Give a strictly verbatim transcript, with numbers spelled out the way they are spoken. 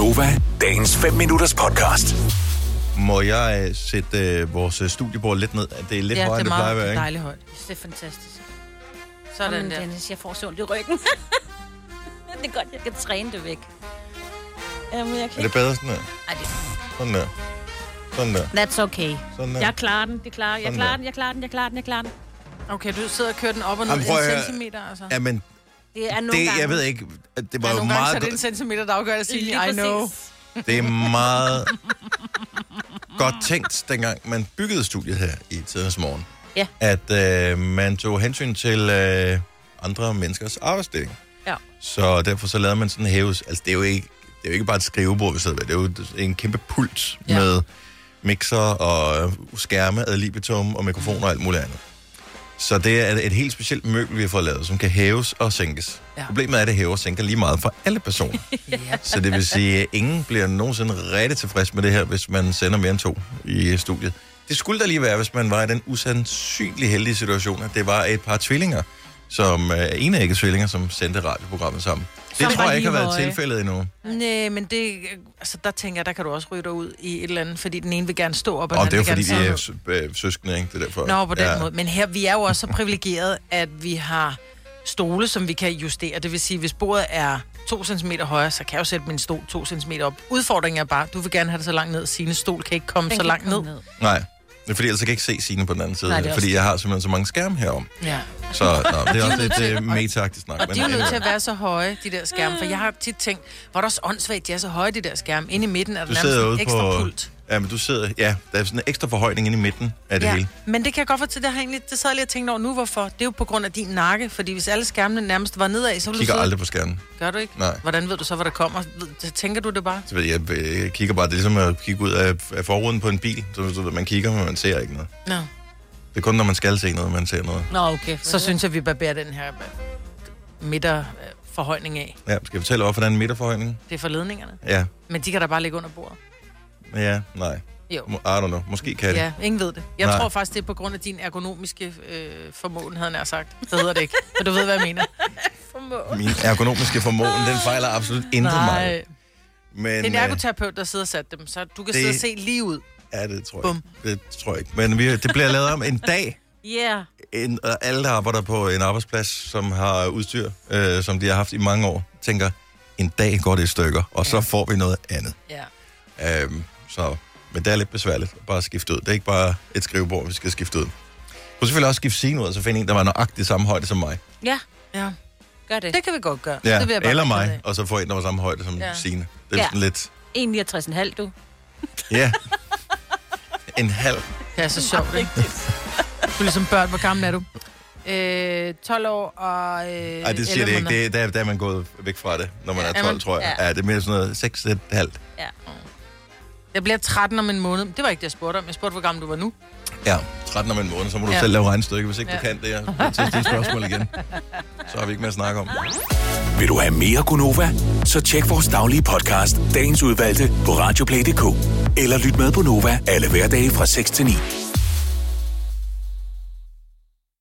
Gunova, dagens fem minutters podcast. Må jeg uh, sætte uh, vores studiebord lidt ned? Det er lidt ja, højere, end det plejer at være, ikke? ikke? Det er dejligt højt. Det er fantastisk. Sådan Jamen, der. Dennis, jeg får så ondt i ryggen. Det er godt, jeg kan træne det væk. Jamen, jeg kan Er det bedre sådan der? Ej, det... Sådan der. Sådan der. That's okay. Sådan der. Jeg klarer den, det klarer jeg. Jeg Sådan klarer der. den, jeg klarer den, jeg klarer den, jeg klarer den. Okay, du sidder og kører den op og ned Jamen, prøv at en høre. centimeter, altså. Ja, men Det er nogle det, gange. jeg ved ikke, det var Ja, jo nogle gange så er meget, det en centimeter, der afgør at sige, Lige I know. præcis. det er meget godt tænkt, dengang man byggede studiet her i tidernes morgen. Ja. At øh, man tog hensyn til øh, andre menneskers arbejdsdeling. Ja. Så derfor så lavede man sådan en hæves. Altså, det er jo ikke, det er jo ikke bare et skrivebord, vi sidder ved. Det er jo en kæmpe pult Ja. med mixer og skærme, ad libitum og mikrofoner og alt muligt andet. Så det er et helt specielt møbel, vi har fået lavet, som kan hæves og sænkes. Ja. Problemet er, at det hæver og sænker lige meget for alle personer. Ja. Så det vil sige, at ingen bliver nogensinde rigtig tilfreds med det her, hvis man sender mere end to i studiet. Det skulle da lige være, hvis man var i den usandsynlig heldige situation, at det var et par tvillinger, som er uh, enægget tvillinger, som sendte radioprogrammet sammen. Det Som tror var jeg ikke har lige været høje. tilfældet endnu. Nej, men det, altså der tænker jeg, der kan du også ryge dig ud i et eller andet, fordi den ene vil gerne stå op, og, Og den det er jo vil fordi, gerne vi er sidde sø- øh, søskende, ikke? Det er derfor. Nå, på den ja. måde. Men her, vi er jo også så privilegerede, at vi har stole, som vi kan justere. Det vil sige, hvis bordet er to centimeter højere, så kan jeg jo sætte min stol to centimeter op. Udfordringen er bare, du vil gerne have det så langt ned. Sine stol kan ikke komme Den så kan langt ned. komme ned. Nej, det er fordi, ellers kan jeg ikke se Signe på den anden side. Nej, det er fordi også- jeg har simpelthen så mange skærme herom. Ja. Så nå, det er også lidt øh, meta-agtigt snak. Og men de er jo nødt til anyway. at være så høje, de der skærme. For jeg har tit tænkt, hvor er det også åndssvagt, de er så høje, de der skærme. Inde i midten er der Du nærmest sidder en ude ekstra på... pult. Ja, men du sidder... Ja, der er sådan en ekstra forhøjning inde i midten af det Ja, hele. men det kan jeg godt fortælle, det har egentlig, det sad jeg lige og tænkte over nu, hvorfor. Det er jo på grund af din nakke, fordi hvis alle skærmene nærmest var nedad, så ville du Kigger sidde... aldrig på skærmen. Gør du ikke? Nej. Hvordan ved du så, hvad der kommer? Ved- Tænker du det bare? Så ved jeg, jeg kigger bare... Det er ligesom at kigge ud af, af forruden på en bil. Så så man kigger, men man ser ikke noget. Nå. Det er kun, når man skal se noget, man ser noget. Nå, okay. Så synes jeg, vi barberer den her øh, midterforhøjning af. Ja, skal jeg fortælle, hvorfor der er en midterforhøjning? Det er forledningerne. Ja. Men de kan da bare ligge under bordet. Ja, nej. Jo. Mo- I don't know. Måske kan det. Ja, ingen ved det. Jeg Nej. tror faktisk, det er på grund af din ergonomiske øh, formåen, havde jeg nær sagt. Det hedder det ikke. Men du ved, hvad jeg mener. Formåen. Min ergonomiske formåen, den fejler absolut intet mig. Nej. Men, Det er en øh, ergoterapeut, der sidder og sat dem, så du kan Det- sidde og se lige ud. Ja, det tror jeg Bum. ikke. Det tror jeg ikke. Men vi, det bliver lavet om en dag. Yeah. En, og alle, der arbejder på en arbejdsplads, som har udstyr, øh, som de har haft i mange år, tænker, en dag går det i stykker, og så får vi noget andet. Ja. Øhm, så, men det er lidt besværligt at bare skifte ud. Det er ikke bare et skrivebord, vi skal skifte ud. Du kan selvfølgelig også skifte Signe ud, og så finde en, der var nøjagtig samme højde som mig. Ja, Ja, gør det. det kan vi godt gøre. Ja, det vil jeg bare eller være ked mig, af. og så få en, der var samme højde som Ja. Signe. Det er Ja. sådan lidt, en komma niogtres komma fem, du. ja, en halv. Det er så sjovt, ikke? Du er ligesom børn. Hvor gammel er du? Øh, tolv år og øh, Nej, det siger det ikke. Det, er- der, der er man gået væk fra det, når man Ja, er er tolv, man? tror jeg. Ja. Ja, det er mere sådan noget seks komma fem. Ja. Jeg bliver tretten om en måned. Det var ikke det, jeg spurgte om. Jeg spurgte, hvor gammel du var nu. Ja, tretten om en måned, så må du Ja. selv lave regnstykke, hvis ikke Ja. du kan det. Jeg vil til at stille spørgsmål igen. Så har vi ikke mere at snakke om. Vil du have mere Gunova? Så tjek vores daglige podcast, dagens udvalgte, på radioplay punktum d k. Eller lyt med på Nova alle hverdage fra seks til ni.